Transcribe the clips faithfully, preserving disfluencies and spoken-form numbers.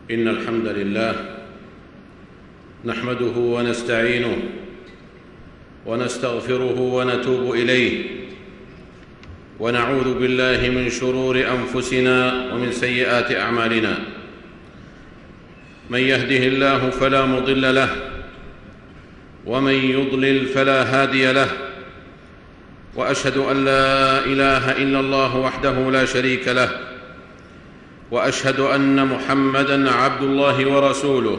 إن الحمد لله نحمده ونستعينه ونستغفره ونتوب إليه، ونعوذ بالله من شرور أنفسنا ومن سيئات أعمالنا. من يهده الله فلا مضل له، ومن يضلل فلا هادي له، وأشهد أن لا إله إلا الله وحده لا شريك له، وأشهد أن محمدًا عبد الله ورسوله.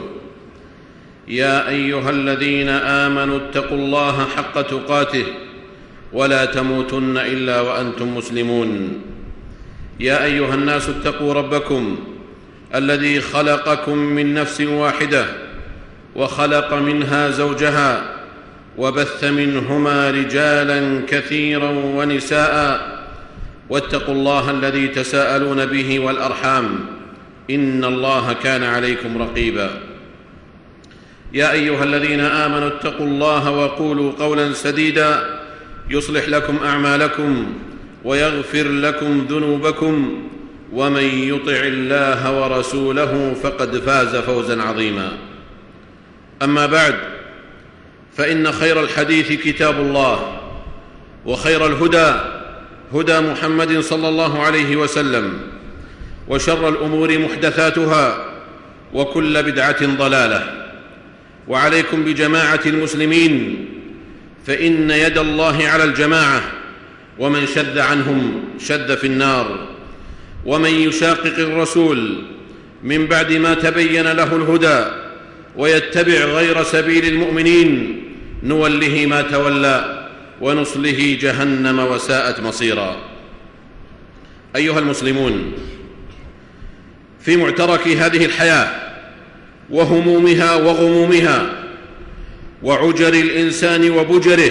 يا أيها الذين آمنوا اتقوا الله حق تقاته ولا تموتن إلا وأنتم مسلمون. يا أيها الناس اتقوا ربكم الذي خلقكم من نفس واحدة وخلق منها زوجها وبث منهما رجالا كثيرا ونساء، واتقوا الله الذي تساءلون به والأرحام، إن الله كان عليكم رقيبا. يا أيها الذين آمنوا اتقوا الله وقولوا قولا سديدا يصلح لكم أعمالكم ويغفر لكم ذنوبكم، ومن يطع الله ورسوله فقد فاز فوزا عظيما. أما بعد، فإن خير الحديث كتاب الله، وخير الهدى هدى محمد صلى الله عليه وسلم، وشر الأمور محدثاتها، وكل بدعة ضلالة. وعليكم بجماعة المسلمين، فإن يد الله على الجماعة، ومن شذ عنهم شذ في النار. ومن يشاقق الرسول من بعد ما تبين له الهدى ويتبع غير سبيل المؤمنين نوله ما تولى ونصله جهنم وساءت مصيرا. أيها المسلمون، في معترك هذه الحياة وهمومها وغمومها وعجر الإنسان وبجره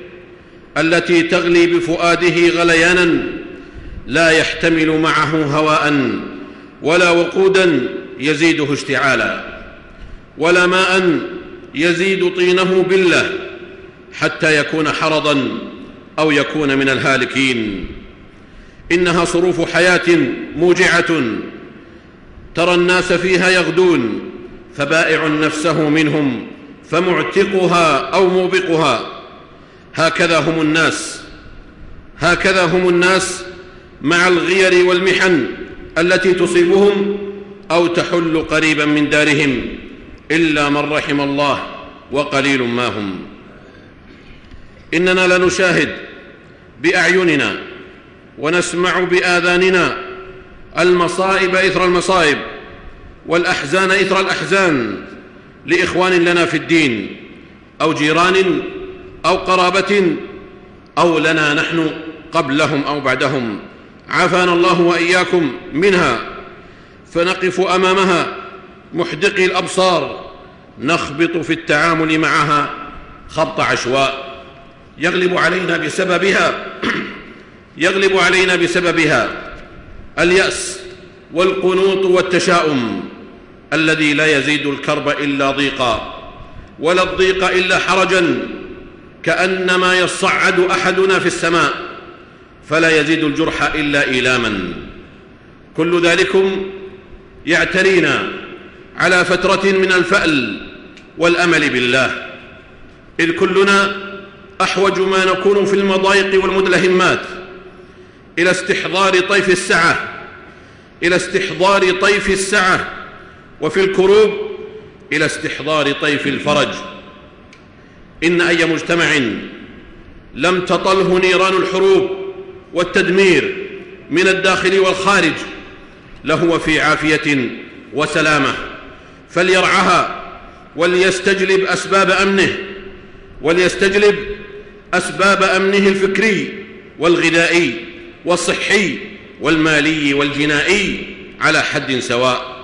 التي تغلي بفؤاده غليانا لا يحتمل معه هواء ولا وقودا يزيده اشتعالا، ولا ماء يزيد طينه بله حتى يكون حرضا أو يكون من الهالكين. إنها صروف حياة موجعة ترى الناس فيها يغدون، فبائع نفسه منهم فمعتقها أو موبقها. هكذا هم الناس هكذا هم الناس مع الغير والمحن التي تصيبهم أو تحل قريبا من دارهم، إلا من رحم الله وقليل ما هم. إننا لنشاهد بأعيننا ونسمع بآذاننا المصائب إثر المصائب والأحزان إثر الأحزان لإخوان لنا في الدين، أو جيران أو قرابة، أو لنا نحن قبلهم أو بعدهم، عافانا الله وإياكم منها. فنقف أمامها محدقي الأبصار، نخبط في التعامل معها خبط عشواء يغلب علينا بسببها يغلب علينا بسببها اليأس والقنوط والتشاؤم الذي لا يزيد الكرب إلا ضيقا، ولا الضيق إلا حرجا، كأنما يصعد أحدنا في السماء، فلا يزيد الجرح إلا إيلاما. كل ذلكم يعترينا على فترة من الفأل والأمل بالله، إذ كلنا أحوج ما نكون في المضايق والمدلهمات إلى استحضار طيف السعة إلى استحضار طيف السعة وفي الكروب إلى استحضار طيف الفرج. إن أي مجتمع لم تطله نيران الحروب والتدمير من الداخل والخارج لهو في عافية وسلامة، فليرعها وليستجلب أسباب أمنه وليستجلب أسباب أمنه الفكري والغذائي والصحي والمالي والجنائي على حد سواء،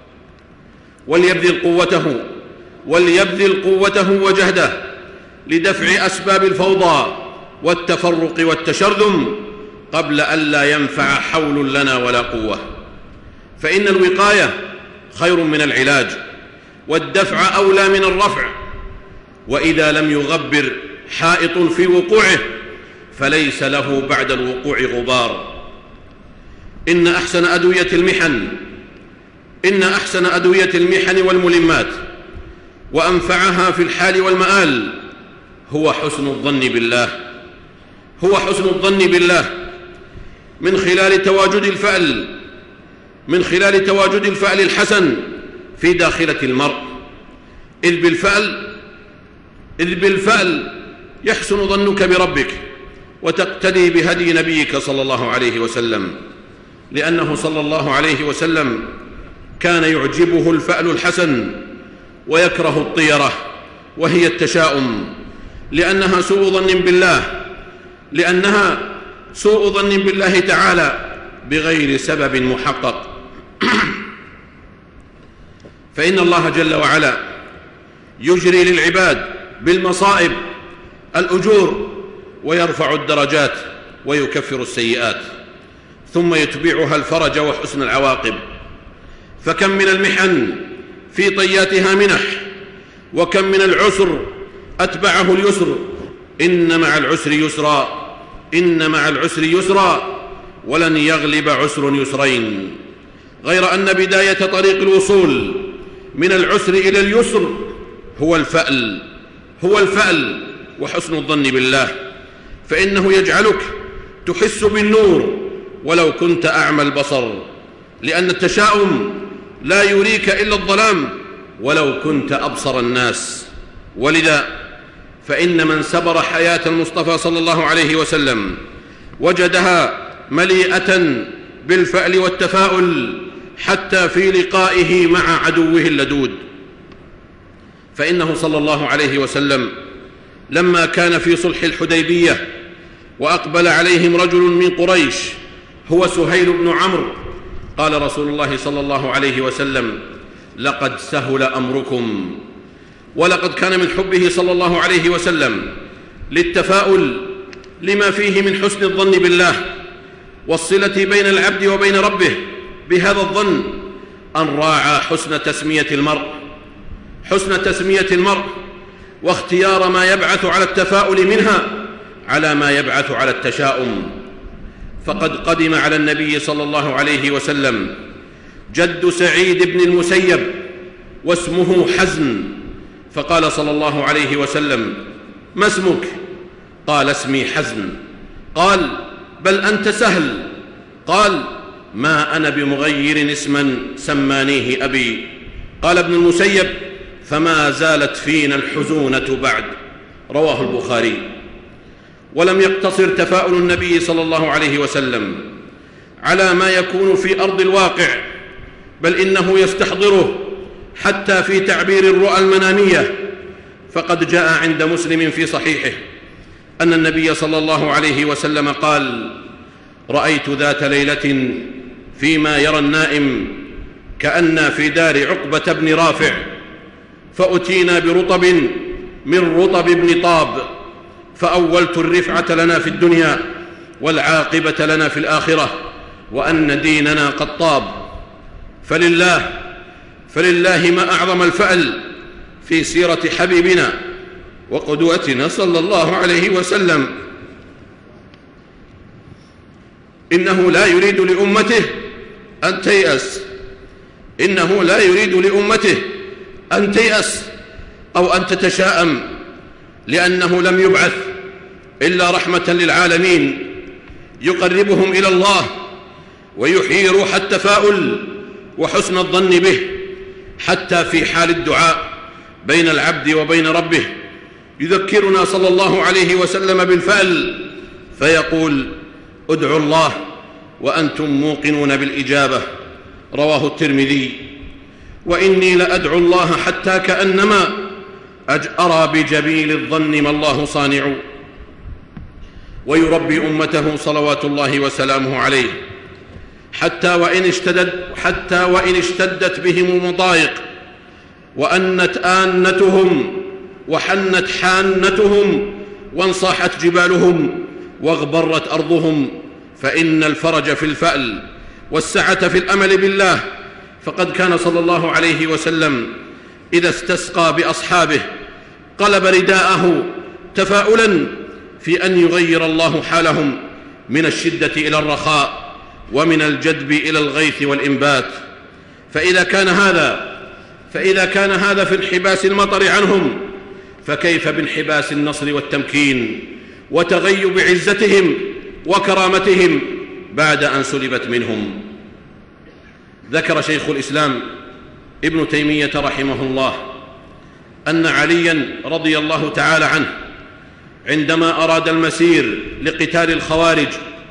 وليبذل قوته وليبذل قوته وجهده لدفع أسباب الفوضى والتفرق والتشرذم قبل أن لا ينفع حول لنا ولا قوة. فإن الوقاية خير من العلاج، والدفع أولى من الرفع، وإذا لم يغبر حائط في وقوعه فليس له بعد الوقوع غبار. إن أحسن أدوية المحن إن أحسن أدوية المحن والملمات وأنفعها في الحال والمآل هو حسن الظن بالله هو حسن الظن بالله من خلال تواجد الفعل من خلال تواجد الفعل الحسن في داخلة المرء، إذ بالفعل إذ بالفعل يحسن ظنك بربك وتقتدي بهدي نبيك صلى الله عليه وسلم، لأنه صلى الله عليه وسلم كان يعجبه الفعل الحسن ويكره الطيرة وهي التشاؤم، لأنها سوء ظن بالله لأنها سوء ظن بالله تعالى بغير سبب محقق. فإن الله جل وعلا يجري للعباد بالمصائب الأجور ويرفع الدرجات ويكفر السيئات، ثم يتبعها الفرج وحسن العواقب. فكم من المحن في طياتها منح، وكم من العسر أتبعه اليسر. إن مع العسر يسرا إن مع العسر يسرا ولن يغلب عسر يسرين، غير أن بداية طريق الوصول من العسر إلى اليسر هو الفأل هو الفأل وحسن الظن بالله، فإنه يجعلك تحس بالنور ولو كنت أعمى البصر، لأن التشاؤم لا يريك إلا الظلام ولو كنت أبصر الناس. ولذا فإن من سبر حياة المصطفى صلى الله عليه وسلم وجدها مليئة بالفأل والتفاؤل حتى في لقائه مع عدوه اللدود. فإنه صلى الله عليه وسلم لما كان في صلح الحديبية وأقبل عليهم رجل من قريش هو سهيل بن عمرو، قال رسول الله صلى الله عليه وسلم: لقد سهل أمركم. ولقد كان من حبه صلى الله عليه وسلم للتفاؤل لما فيه من حسن الظن بالله والصلة بين العبد وبين ربه بهذا الظن أن راعى حسن تسمية المرء حسن تسمية المرء واختيار ما يبعث على التفاؤل منها على ما يبعث على التشاؤم. فقد قدم على النبي صلى الله عليه وسلم جد سعيد بن المسيب واسمه حزن، فقال صلى الله عليه وسلم: ما اسمك؟ قال: اسمي حزن. قال: بل أنت سهل. قال: ما أنا بمغير اسما سمانيه أبي. قال ابن المسيب: فما زالت فينا الحزونة بعد. رواه البخاري. ولم يقتصر تفاؤل النبي صلى الله عليه وسلم على ما يكون في أرض الواقع، بل إنه يستحضره حتى في تعبير الرؤى المنامية. فقد جاء عند مسلم في صحيحه أن النبي صلى الله عليه وسلم قال: رأيت ذات ليلة فيما يرى النائم كأن في دار عقبة بن رافع، فأتينا برطب من رطب ابن طاب، فأولت الرفعة لنا في الدنيا والعاقبة لنا في الآخرة، وأن ديننا قد طاب. فلله فلله ما أعظم الفأل في سيرة حبيبنا وقدوتنا صلى الله عليه وسلم. إنه لا يريد لأمته أن تيأس إنه لا يريد لأمته أن تيأس أو أن تتشاءم، لأنه لم يبعث إلا رحمة للعالمين يقربهم إلى الله ويحيي روح التفاؤل وحسن الظن به حتى في حال الدعاء بين العبد وبين ربه. يذكرنا صلى الله عليه وسلم بالفأل فيقول: ادعوا الله وأنتم موقنون بالإجابة. رواه الترمذي. وإني لأدعو الله حتى كأنما أرى بجبيل الظن ما الله صانع. ويربي أمته صلوات الله وسلامه عليه حتى وإن اشتدت, حتى وإن اشتدت بهم المضايق وأنت آنتهم وحنت حانتهم وانصاحت جبالهم واغبرت أرضهم، فإن الفرج في الفأل والسعة في الأمل بالله. فقد كان صلى الله عليه وسلم إذا استسقى بأصحابه قلب رداءه تفاؤلا في أن يغير الله حالهم من الشدة إلى الرخاء ومن الجدب إلى الغيث والإنبات. فإذا كان هذا فإذا كان هذا في انحباس المطر عنهم، فكيف بانحباس النصر والتمكين وتغيب عزتهم وكرامتهم بعد أن سلبت منهم؟ ذكر شيخ الإسلام ابن تيمية رحمه الله أن عليا رضي الله تعالى عنه عندما أراد المسير لقتال الخوارج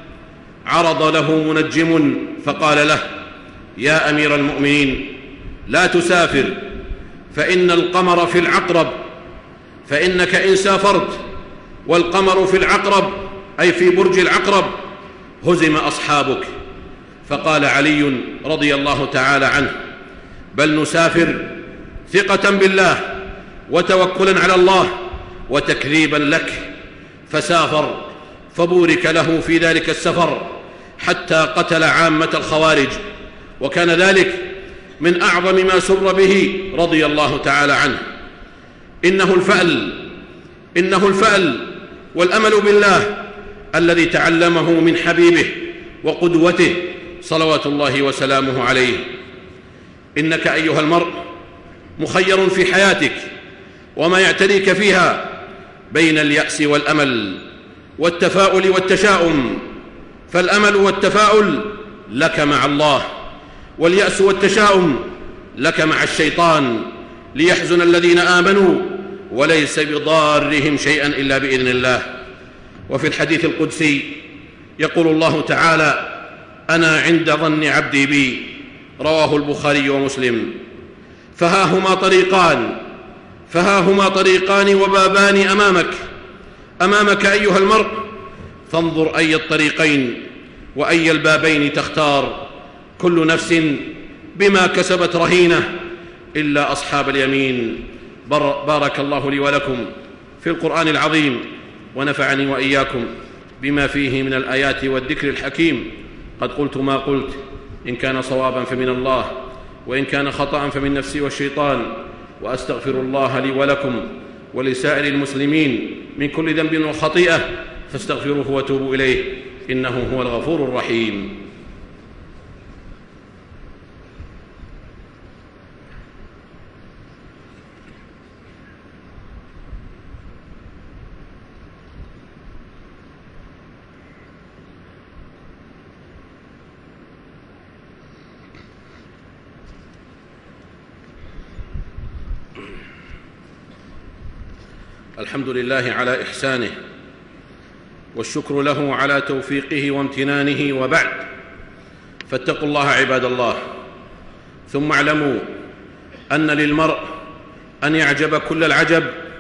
عرض له منجم فقال له: يا أمير المؤمنين، لا تسافر، فإن القمر في العقرب، فإنك إن سافرت والقمر في العقرب أي في برج العقرب هزم أصحابك. فقال علي رضي الله تعالى عنه: بل نسافر ثقة بالله وتوكلا على الله وتكذيبا لك. فسافر فبورك له في ذلك السفر حتى قتل عامة الخوارج، وكان ذلك من أعظم ما سر به رضي الله تعالى عنه. إنه الفأل إنه الفأل والأمل بالله الذي تعلمه من حبيبه وقدوته صلوات الله وسلامه عليه. إنك أيها المرء مخير في حياتك وما يعتريك فيها بين اليأس والأمل والتفاؤل والتشاؤم، فالأمل والتفاؤل لك مع الله، واليأس والتشاؤم لك مع الشيطان، ليحزن الذين آمنوا وليس بضارهم شيئا إلا بإذن الله. وفي الحديث القدسي يقول الله تعالى: أنا عند ظن عبدي بي، رواه البخاري ومسلم. فها هما طريقان فها هما طريقان وبابان أمامك أمامك أيها المرء، فانظر أي الطريقين وأي البابين تختار. كل نفس بما كسبت رهينة إلا أصحاب اليمين. بارك الله لي ولكم في القرآن العظيم، ونفعني وإياكم بما فيه من الآيات والذكر الحكيم. قد قلت ما قلت، إن كان صوابا فمن الله، وإن كان خطأ فمن نفسي والشيطان، وأستغفر الله لي ولكم ولسائر المسلمين من كل ذنب وخطيئة، فاستغفروه وتوبوا إليه، إنه هو الغفور الرحيم. الحمد لله على إحسانه، والشكر له على توفيقه وامتنانه، وبعد، فاتقوا الله عباد الله. ثم اعلموا أن للمرء أن يعجب كل العجب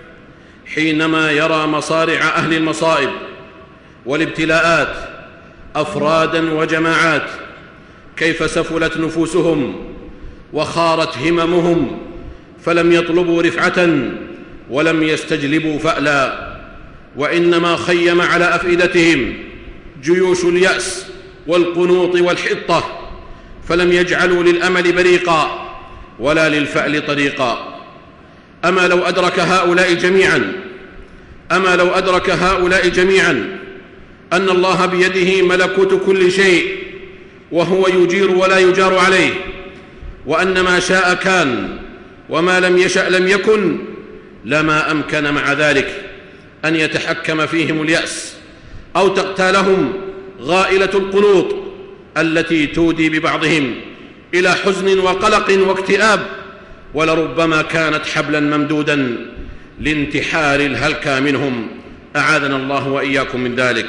حينما يرى مصارع أهل المصائب والابتلاءات أفرادا وجماعات، كيف سفلت نفوسهم وخارت هممهم، فلم يطلبوا رفعة ولم يستجلبوا فألا، وإنما خيم على أفئدتهم جيوش اليأس والقنوط والحطة، فلم يجعلوا للأمل بريقا ولا للفأل طريقا. أما لو أدرك هؤلاء جميعا أما لو أدرك هؤلاء جميعا أن الله بيده ملكوت كل شيء، وهو يجير ولا يجار عليه، وأن ما شاء كان وما لم يشأ لم يكن، لما أمكن مع ذلك أن يتحكم فيهم اليأس أو تقتالهم غائلة القنوط التي تودي ببعضهم إلى حزن وقلق واكتئاب، ولربما كانت حبلا ممدودا لانتحار الهلكى منهم، أعاذنا الله وإياكم من ذلك.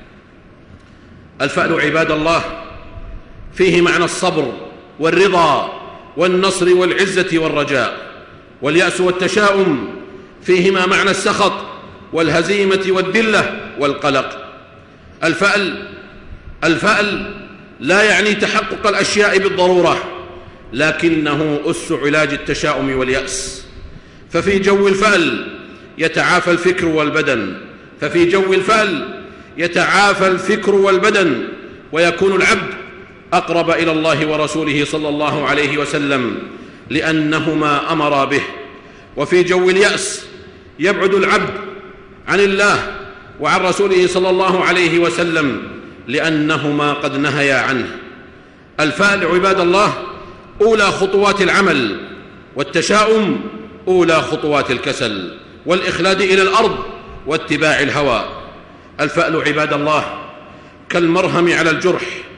الفأل عباد الله فيه معنى الصبر والرضا والنصر والعزة والرجاء، واليأس والتشاؤم فيهما معنى السخط والهزيمة والذلة والقلق. الفأل الفأل لا يعني تحقق الأشياء بالضرورة، لكنه أس علاج التشاؤم واليأس. ففي جو الفأل يتعافى الفكر والبدن ففي جو الفأل يتعافى الفكر والبدن ويكون العبد أقرب إلى الله ورسوله صلى الله عليه وسلم، لأنهما أمرا به. وفي جو اليأس يبعد العبد عن الله وعن رسوله صلى الله عليه وسلم، لأنهما قد نهيا عنه. الفأل عباد الله أولى خطوات العمل، والتشاؤم أولى خطوات الكسل والإخلاد إلى الأرض واتباع الهوى. الفأل عباد الله كالمرهم على الجرح،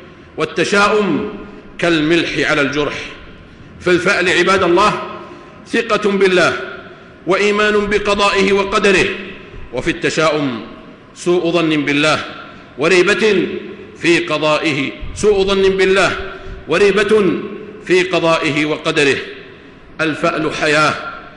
والتشاؤم كالملح على الجرح. في الفأل عباد الله ثقة بالله وإيمان بقضائه وقدره، وفي التشاؤم سوء ظن بالله وريبة في قضائه سوء ظن بالله وريبة في قضائه وقدره. الفأل حياة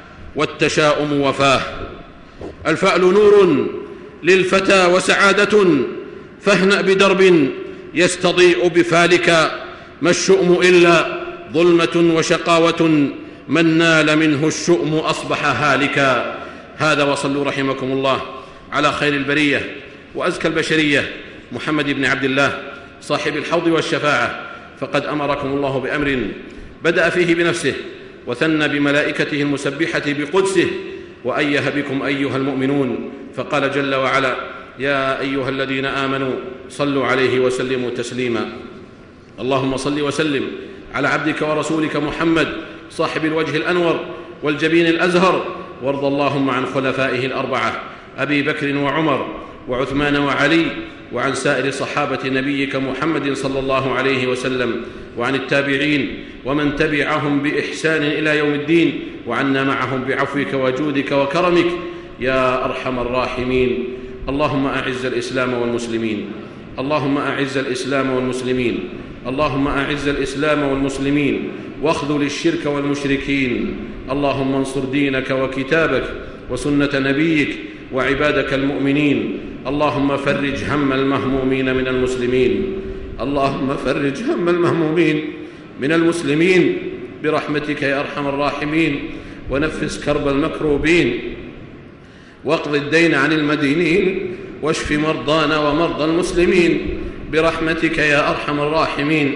والتشاؤم وفاه. الفأل نور للفتى وسعادة، فاهنأ بدرب يستضيء بفالك، ما الشؤم إلا ظلمة وشقاوة، من نال منه الشؤم أصبح هالكا. هذا وصلوا رحمكم الله على خير البرية وأزكى البشرية محمد بن عبد الله صاحب الحوض والشفاعة، فقد أمركم الله بأمر بدأ فيه بنفسه وثنى بملائكته المسبحة بقدسه، وأيه بكم أيها المؤمنون، فقال جل وعلا: يا أيها الذين آمنوا صلوا عليه وسلموا تسليما. اللهم صل وسلم على عبدك ورسولك محمد صاحب الوجه الأنور والجبين الأزهر، وارض اللهم عن خلفائه الأربعة أبي بكر وعمر وعثمان وعلي، وعن سائر صحابة نبيك محمد صلى الله عليه وسلم، وعن التابعين ومن تبعهم بإحسان إلى يوم الدين، وعنا معهم بعفوك وجودك وكرمك يا أرحم الراحمين. اللهم أعز الإسلام والمسلمين، اللهم أعز الإسلام والمسلمين، اللهم أعز الإسلام والمسلمين، واخذل الشرك والمشركين. اللهم انصر دينك وكتابك وسنة نبيك وعبادك المؤمنين. اللهم فرج هم المهمومين من المسلمين، اللهم فرج هم المهمومين من المسلمين برحمتك يا أرحم الراحمين، ونفس كرب المكروبين، واقض الدين عن المدينين، واشف مرضانا ومرضى المسلمين برحمتك يا أرحم الراحمين.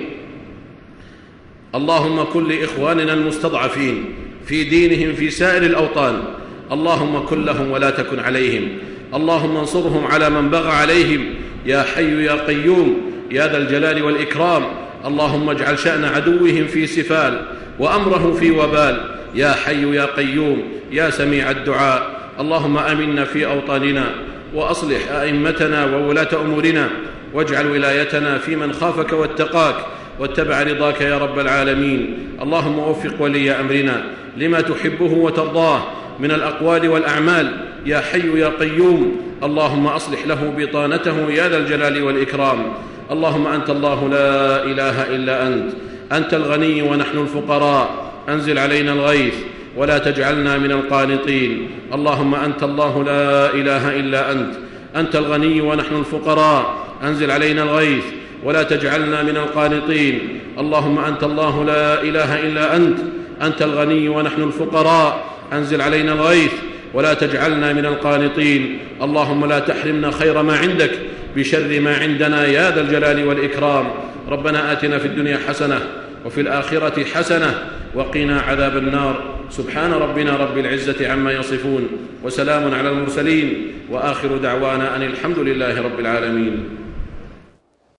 اللهم كن لإخواننا المستضعفين في دينهم في سائر الأوطان، اللهم كن لهم ولا تكن عليهم، اللهم انصرهم على من بغى عليهم يا حي يا قيوم يا ذا الجلال والإكرام. اللهم اجعل شأن عدوهم في سفال وأمره في وبال يا حي يا قيوم يا سميع الدعاء. اللهم آمنا في أوطاننا، وأصلح أئمتنا وولاة أمورنا، واجعل ولايتنا في من خافك واتقاك واتبع رضاك يا رب العالمين. اللهم وفق ولي أمرنا لما تحبه وترضاه من الأقوال والأعمال يا حي يا قيوم. اللهم أصلح له بطانته يا ذا الجلال والإكرام. اللهم أنت الله لا إله إلا أنت، أنت الغني ونحن الفقراء، أنزل علينا الغيث ولا تجعلنا من القانطين. اللهم أنت الله لا إله إلا أنت، أنت الغني ونحن الفقراء، أنزل علينا الغيث ولا تجعلنا من القانطين. اللهم أنت الله لا إله إلا أنت، أنت الغني ونحن الفقراء، أنزل علينا الغيث ولا تجعلنا من القانطين. اللهم لا تحرمنا خير ما عندك بشر ما عندنا يا ذا الجلال والإكرام. ربنا آتنا في الدنيا حسنة وفي الآخرة حسنة وقنا عذاب النار. سبحان ربنا رب العزة عما يصفون، وسلام على المرسلين، وآخر دعوانا أن الحمد لله رب العالمين.